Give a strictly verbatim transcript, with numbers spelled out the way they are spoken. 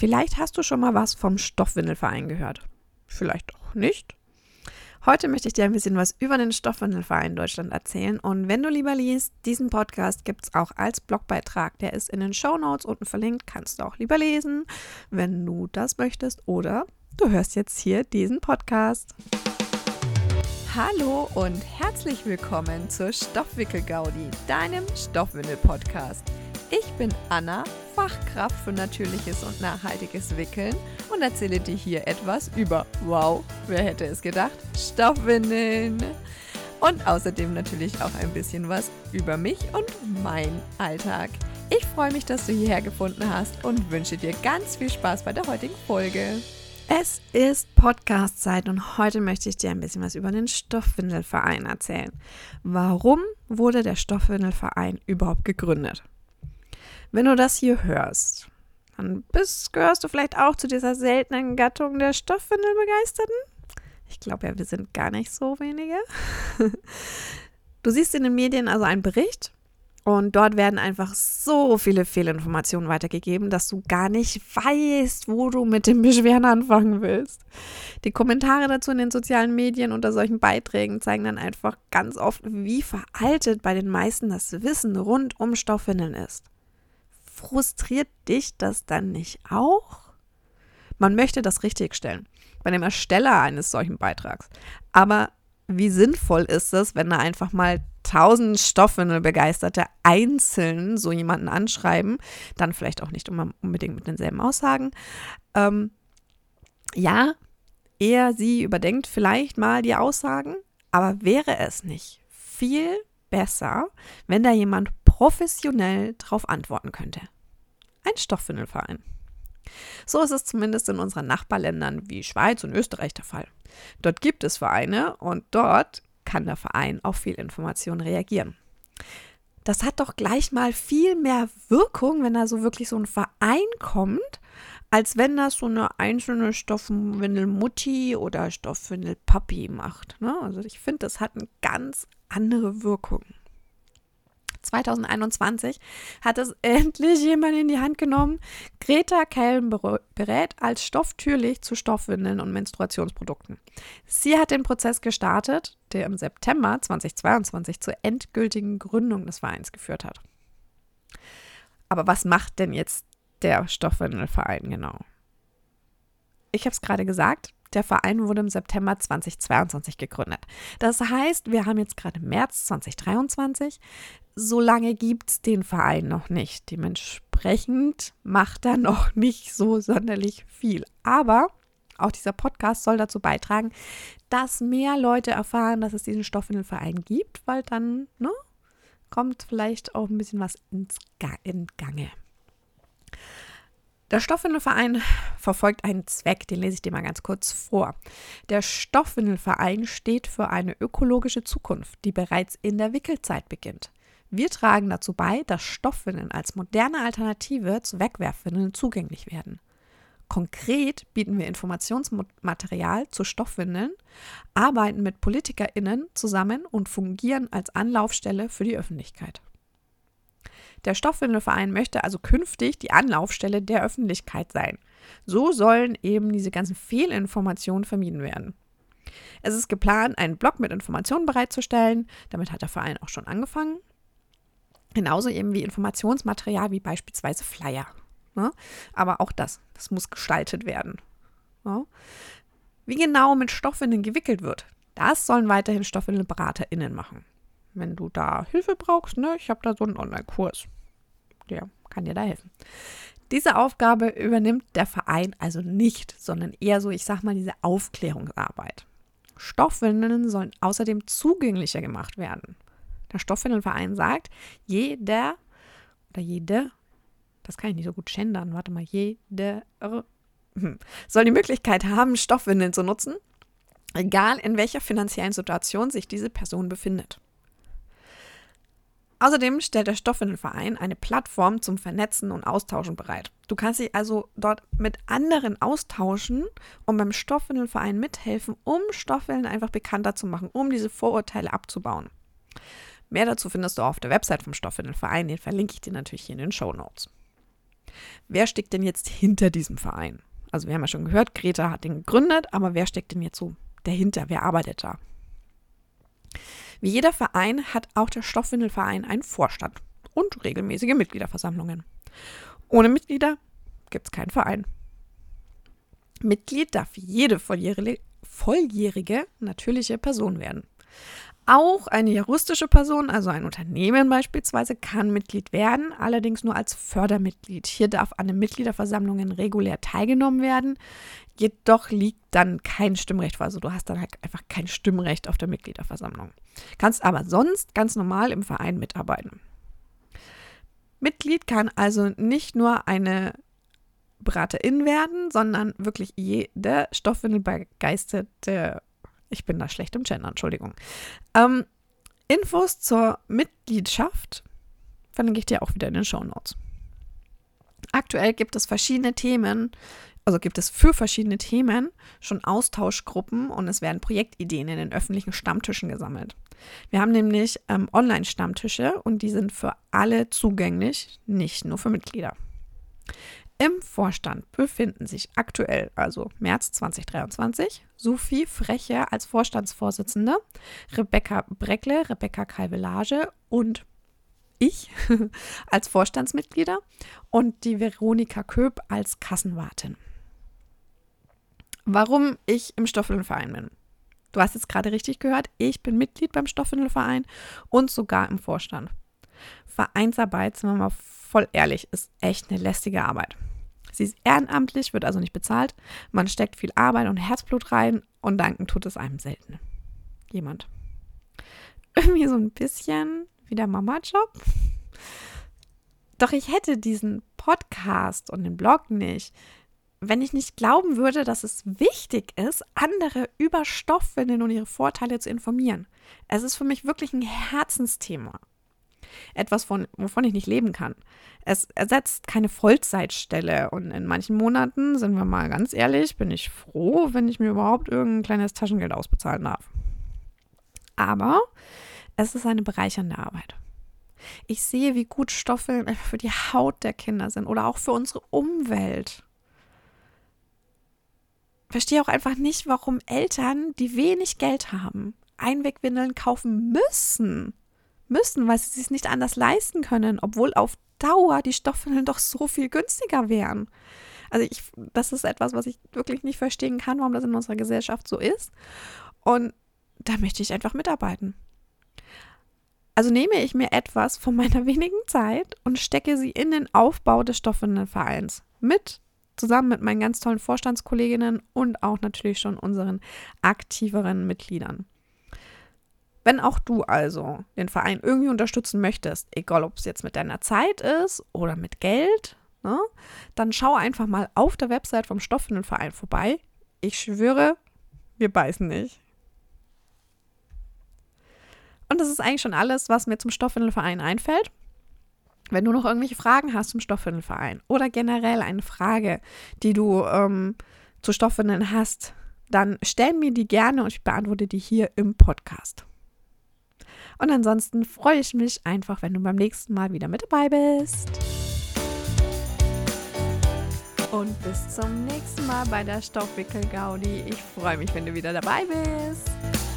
Vielleicht hast du schon mal was vom Stoffwindelverein gehört. Vielleicht auch nicht. Heute möchte ich dir ein bisschen was über den Stoffwindelverein Deutschland erzählen. Und wenn du lieber liest, diesen Podcast gibt es auch als Blogbeitrag. Der ist in den Shownotes unten verlinkt. Kannst du auch lieber lesen, wenn du das möchtest. Oder du hörst jetzt hier diesen Podcast. Hallo und herzlich willkommen zur Stoffwickel-Gaudi, deinem Stoffwindel-Podcast. Ich bin Anna, Fachkraft für natürliches und nachhaltiges Wickeln und erzähle dir hier etwas über, wow, wer hätte es gedacht, Stoffwindeln. Und außerdem natürlich auch ein bisschen was über mich und meinen Alltag. Ich freue mich, dass du hierher gefunden hast und wünsche dir ganz viel Spaß bei der heutigen Folge. Es ist Podcast-Zeit und heute möchte ich dir ein bisschen was über den Stoffwindelverein erzählen. Warum wurde der Stoffwindelverein überhaupt gegründet? Wenn du das hier hörst, dann bist, gehörst du vielleicht auch zu dieser seltenen Gattung der Stoffwindelbegeisterten. Ich glaube ja, wir sind gar nicht so wenige. Du siehst in den Medien also einen Bericht und dort werden einfach so viele Fehlinformationen weitergegeben, dass du gar nicht weißt, wo du mit den Beschwerden anfangen willst. Die Kommentare dazu in den sozialen Medien unter solchen Beiträgen zeigen dann einfach ganz oft, wie veraltet bei den meisten das Wissen rund um Stoffwindeln ist. Frustriert dich das dann nicht auch? Man möchte das richtigstellen bei dem Ersteller eines solchen Beitrags. Aber wie sinnvoll ist es, wenn da einfach mal tausend Stoffwindelbegeisterte einzeln so jemanden anschreiben, dann vielleicht auch nicht unbedingt mit denselben Aussagen. Ähm, ja, er, sie überdenkt vielleicht mal die Aussagen, aber wäre es nicht viel besser, wenn da jemand professionell darauf antworten könnte? Ein Stoffwindelverein. So ist es zumindest in unseren Nachbarländern wie Schweiz und Österreich der Fall. Dort gibt es Vereine und dort kann der Verein auf Fehlinformationen reagieren. Das hat doch gleich mal viel mehr Wirkung, wenn da so wirklich so ein Verein kommt, als wenn das so eine einzelne Stoffwindelmutti oder Stoffwindelpapi macht. Ne? Also ich finde, das hat eine ganz andere Wirkung. zwanzig einundzwanzig hat es endlich jemand in die Hand genommen. Greta Kelm berät als Stofftürlich zu Stoffwindeln und Menstruationsprodukten. Sie hat den Prozess gestartet, der im September zweitausendzweiundzwanzig zur endgültigen Gründung des Vereins geführt hat. Aber was macht denn jetzt der Stoffwindelverein genau? Ich habe es gerade gesagt. Der Verein wurde im September zweitausendzweiundzwanzig gegründet. Das heißt, wir haben jetzt gerade März zweitausenddreiundzwanzig. So lange gibt es den Verein noch nicht. Dementsprechend macht er noch nicht so sonderlich viel. Aber auch dieser Podcast soll dazu beitragen, dass mehr Leute erfahren, dass es diesen Stoffwindelverein gibt, weil dann ne, kommt vielleicht auch ein bisschen was ins Ga- in Gange. Der Stoffwindelverein verfolgt einen Zweck, den lese ich dir mal ganz kurz vor. Der Stoffwindelverein steht für eine ökologische Zukunft, die bereits in der Wickelzeit beginnt. Wir tragen dazu bei, dass Stoffwindeln als moderne Alternative zu Wegwerfwindeln zugänglich werden. Konkret bieten wir Informationsmaterial zu Stoffwindeln, arbeiten mit PolitikerInnen zusammen und fungieren als Anlaufstelle für die Öffentlichkeit. Der Stoffwindelverein möchte also künftig die Anlaufstelle der Öffentlichkeit sein. So sollen eben diese ganzen Fehlinformationen vermieden werden. Es ist geplant, einen Blog mit Informationen bereitzustellen. Damit hat der Verein auch schon angefangen. Genauso eben wie Informationsmaterial wie beispielsweise Flyer. Ne? Aber auch das, das muss gestaltet werden. Ne? Wie genau mit Stoffwindeln gewickelt wird, das sollen weiterhin StoffwindelberaterInnen machen. Wenn du da Hilfe brauchst, ne, ich habe da so einen Online-Kurs. Der kann dir da helfen. Diese Aufgabe übernimmt der Verein also nicht, sondern eher so, ich sag mal, diese Aufklärungsarbeit. Stoffwindeln sollen außerdem zugänglicher gemacht werden. Der Stoffwindelverein sagt, jeder oder jede, das kann ich nicht so gut gendern, warte mal, jede hm, soll die Möglichkeit haben, Stoffwindeln zu nutzen, egal in welcher finanziellen Situation sich diese Person befindet. Außerdem stellt der Stoffwindelverein eine Plattform zum Vernetzen und Austauschen bereit. Du kannst dich also dort mit anderen austauschen und beim Stoffwindelverein mithelfen, um Stoffwindeln einfach bekannter zu machen, um diese Vorurteile abzubauen. Mehr dazu findest du auf der Website vom Stoffwindelverein, den verlinke ich dir natürlich hier in den Shownotes. Wer steckt denn jetzt hinter diesem Verein? Also wir haben ja schon gehört, Greta hat den gegründet, aber wer steckt denn jetzt so dahinter? Wer arbeitet da? Wie jeder Verein hat auch der Stoffwindelverein einen Vorstand und regelmäßige Mitgliederversammlungen. Ohne Mitglieder gibt es keinen Verein. Mitglied darf jede volljährige, volljährige natürliche Person werden. Auch eine juristische Person, also ein Unternehmen beispielsweise, kann Mitglied werden, allerdings nur als Fördermitglied. Hier darf an den Mitgliederversammlungen regulär teilgenommen werden, jedoch liegt dann kein Stimmrecht vor. Also du hast dann halt einfach kein Stimmrecht auf der Mitgliederversammlung. Kannst aber sonst ganz normal im Verein mitarbeiten. Mitglied kann also nicht nur eine Beraterin werden, sondern wirklich jede stoffwindelbegeisterte. Ich bin da schlecht im Gendern, Entschuldigung. Ähm, Infos zur Mitgliedschaft verlinke ich dir auch wieder in den Shownotes. Aktuell gibt es verschiedene Themen, also gibt es für verschiedene Themen schon Austauschgruppen und es werden Projektideen in den öffentlichen Stammtischen gesammelt. Wir haben nämlich ähm, Online-Stammtische und die sind für alle zugänglich, nicht nur für Mitglieder. Im Vorstand befinden sich aktuell, also März zwanzig dreiundzwanzig, Sophie Freche als Vorstandsvorsitzende, Rebecca Breckle, Rebecca Calvelage und ich als Vorstandsmitglieder und die Veronika Köp als Kassenwartin. Warum ich im Stoffwindelverein bin? Du hast jetzt gerade richtig gehört, ich bin Mitglied beim Stoffwindelverein und sogar im Vorstand. Vereinsarbeit, sind wir mal voll ehrlich, ist echt eine lästige Arbeit. Sie ist ehrenamtlich, wird also nicht bezahlt. Man steckt viel Arbeit und Herzblut rein und danken tut es einem selten jemand. Irgendwie so ein bisschen wie der Mama-Job. Doch ich hätte diesen Podcast und den Blog nicht, wenn ich nicht glauben würde, dass es wichtig ist, andere über Stoffwindeln und ihre Vorteile zu informieren. Es ist für mich wirklich ein Herzensthema. Etwas, von, wovon ich nicht leben kann. Es ersetzt keine Vollzeitstelle und in manchen Monaten, sind wir mal ganz ehrlich, bin ich froh, wenn ich mir überhaupt irgendein kleines Taschengeld ausbezahlen darf. Aber es ist eine bereichernde Arbeit. Ich sehe, wie gut Stoffwindeln einfach für die Haut der Kinder sind oder auch für unsere Umwelt. Ich verstehe auch einfach nicht, warum Eltern, die wenig Geld haben, Einwegwindeln kaufen müssen. müssen, weil sie es nicht anders leisten können, obwohl auf Dauer die Stoffwindeln doch so viel günstiger wären. Also ich, das ist etwas, was ich wirklich nicht verstehen kann, warum das in unserer Gesellschaft so ist. Und da möchte ich einfach mitarbeiten. Also nehme ich mir etwas von meiner wenigen Zeit und stecke sie in den Aufbau des Stoffwindelvereins mit, zusammen mit meinen ganz tollen Vorstandskolleginnen und auch natürlich schon unseren aktiveren Mitgliedern. Wenn auch du also den Verein irgendwie unterstützen möchtest, egal ob es jetzt mit deiner Zeit ist oder mit Geld, ne, dann schau einfach mal auf der Website vom Stoffwindelverein vorbei. Ich schwöre, wir beißen nicht. Und das ist eigentlich schon alles, was mir zum Stoffwindelverein einfällt. Wenn du noch irgendwelche Fragen hast zum Stoffwindelverein oder generell eine Frage, die du ähm, zu Stoffwindeln hast, dann stell mir die gerne und ich beantworte die hier im Podcast. Und ansonsten freue ich mich einfach, wenn du beim nächsten Mal wieder mit dabei bist. Und bis zum nächsten Mal bei der Stoffwickel-Gaudi. Ich freue mich, wenn du wieder dabei bist.